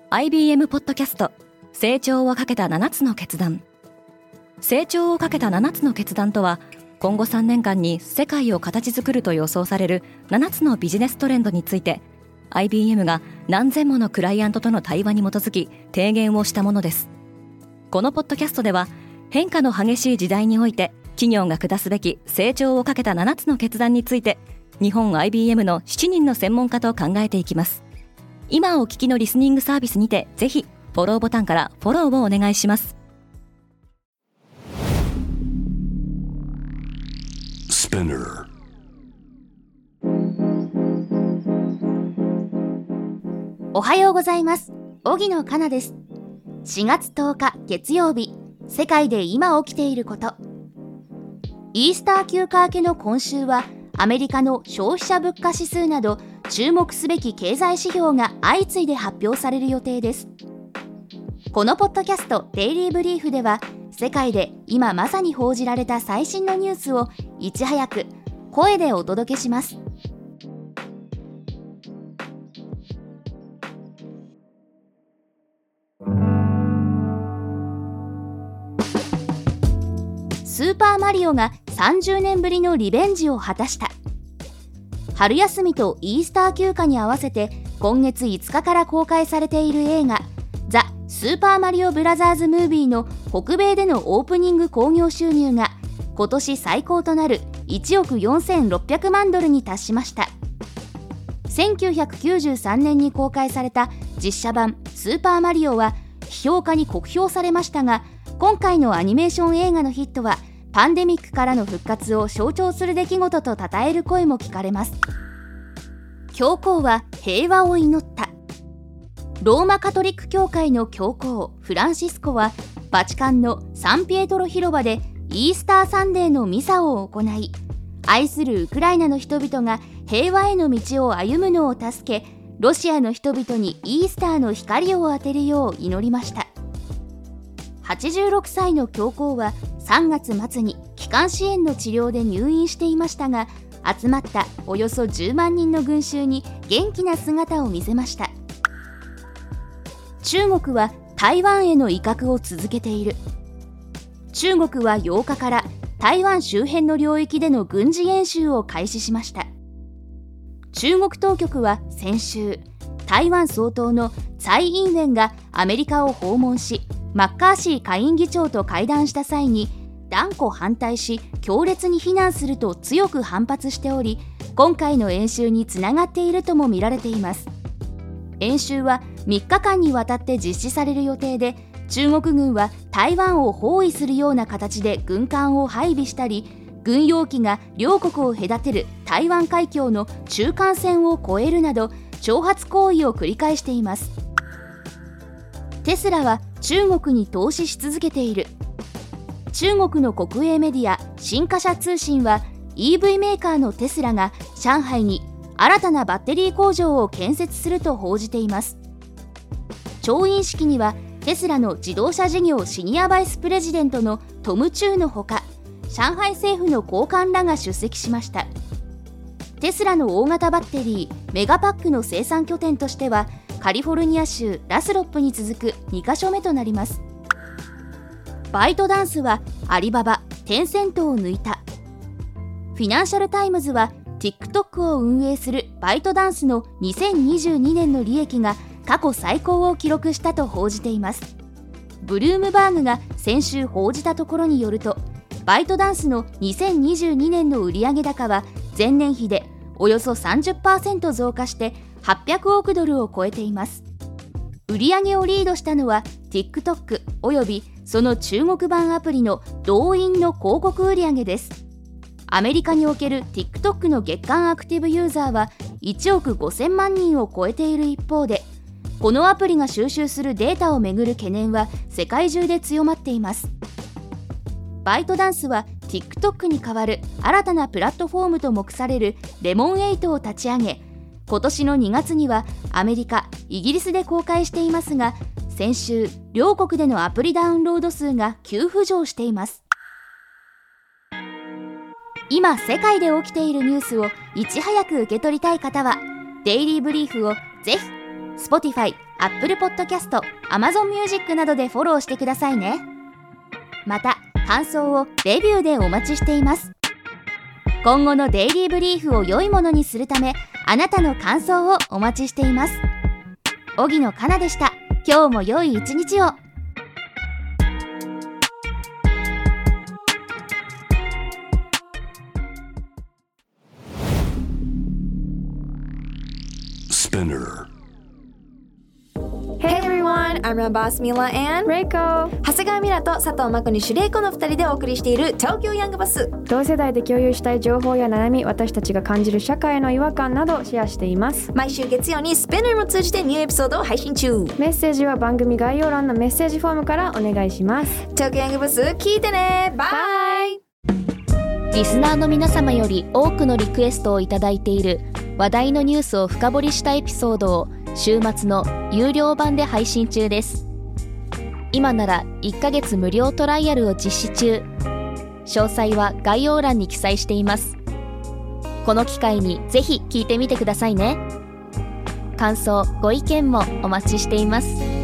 IBM ポッドキャスト成長をかけた7つの決断。成長をかけた7つの決断とは、今後3年間に世界を形作ると予想される7つのビジネストレンドについて IBM が何千ものクライアントとの対話に基づき提言をしたものです。このポッドキャストでは、変化の激しい時代において企業が下すべき成長をかけた7つの決断について、日本 IBM の7人の専門家と考えていきます。今お聞きのリスニングサービスにて、ぜひフォローボタンからフォローをお願いします。 おはようございます。荻野かなです。4月10日月曜日、世界で今起きていること。イースター休暇明けの今週は、アメリカの消費者物価指数など注目すべき経済指標が相次いで発表される予定です。このポッドキャストデイリーブリーフでは、世界で今まさに報じられた最新のニュースをいち早く声でお届けします。スーパーマリオが30年ぶりのリベンジを果たした。春休みとイースター休暇に合わせて今月5日から公開されている映画ザ・スーパーマリオブラザーズ・ムービーの北米でのオープニング興行収入が今年最高となる1億4600万ドルに達しました。1993年に公開された実写版スーパーマリオは批評家に酷評されましたが、今回のアニメーション映画のヒットはパンデミックからの復活を象徴する出来事と称える声も聞かれます。教皇は平和を祈った。ローマカトリック教会の教皇フランシスコはバチカンのサンピエトロ広場でイースターサンデーのミサを行い、愛するウクライナの人々が平和への道を歩むのを助け、ロシアの人々にイースターの光を当てるよう祈りました。86歳の教皇は3月末に気管支炎の治療で入院していましたが、集まったおよそ10万人の群衆に元気な姿を見せました。中国は台湾への威嚇を続けている。中国は8日から台湾周辺の領域での軍事演習を開始しました。中国当局は先週、台湾総統の蔡英文がアメリカを訪問し、マッカーシー下院議長と会談した際に断固反対し、強烈に非難すると強く反発しており、今回の演習につながっているとも見られています。演習は3日間にわたって実施される予定で、中国軍は台湾を包囲するような形で軍艦を配備したり、軍用機が両国を隔てる台湾海峡の中間線を越えるなど挑発行為を繰り返しています。テスラは中国に投資し続けている。中国の国営メディア新華社通信は EV メーカーのテスラが上海に新たなバッテリー工場を建設すると報じています。調印式にはテスラの自動車事業シニアバイスプレジデントのトム・チューのほか、上海政府の高官らが出席しました。テスラの大型バッテリーメガパックの生産拠点としてはカリフォルニア州ラスロップに続く2カ所目となります。バイトダンスはアリババ、テンセントを抜いた。フィナンシャルタイムズは TikTok を運営するバイトダンスの2022年の利益が過去最高を記録したと報じています。ブルームバーグが先週報じたところによると、バイトダンスの2022年の売上高は前年比でおよそ 30% 増加して800億ドルを超えています。売上をリードしたのは TikTok およびその中国版アプリの動員の広告売上です。アメリカにおける TikTok の月間アクティブユーザーは1億5000万人を超えている一方で、このアプリが収集するデータをめぐる懸念は世界中で強まっています。バイトダンスは TikTok に代わる新たなプラットフォームと目されるレモン8を立ち上げ、今年の2月にはアメリカ、イギリスで公開していますが、先週、両国でのアプリダウンロード数が急浮上しています。今世界で起きているニュースをいち早く受け取りたい方は、デイリーブリーフをぜひ Spotify、 Apple Podcast、Amazon Music などでフォローしてくださいね。また、感想をレビューでお待ちしています。今後のデイリーブリーフを良いものにするため、あなたの感想をお待ちしています。荻野かなでした。今日も良い一日を。 Hey everyone, I'm your boss Mila and Reiko。 長谷川ミラと佐藤真子にシュレイコの2人でお送りしている東京ヤングバス。 同世代で共有したい情報や悩み、私たちが感じる社会の違和感などシェアしています。 毎週月曜にスペナーも通じてニューエピソードを配信中。 メッセージは番組概要欄のメッセージフォームからお願いします。 東京ヤングバス聞いてね。バイ。 リスナーの皆様より多くのリクエストをいただいている話題のニュースを深掘りしたエピソードを週末の有料版で配信中です。今なら1ヶ月無料トライアルを実施中。詳細は概要欄に記載しています。この機会にぜひ聞いてみてくださいね。感想、ご意見もお待ちしています。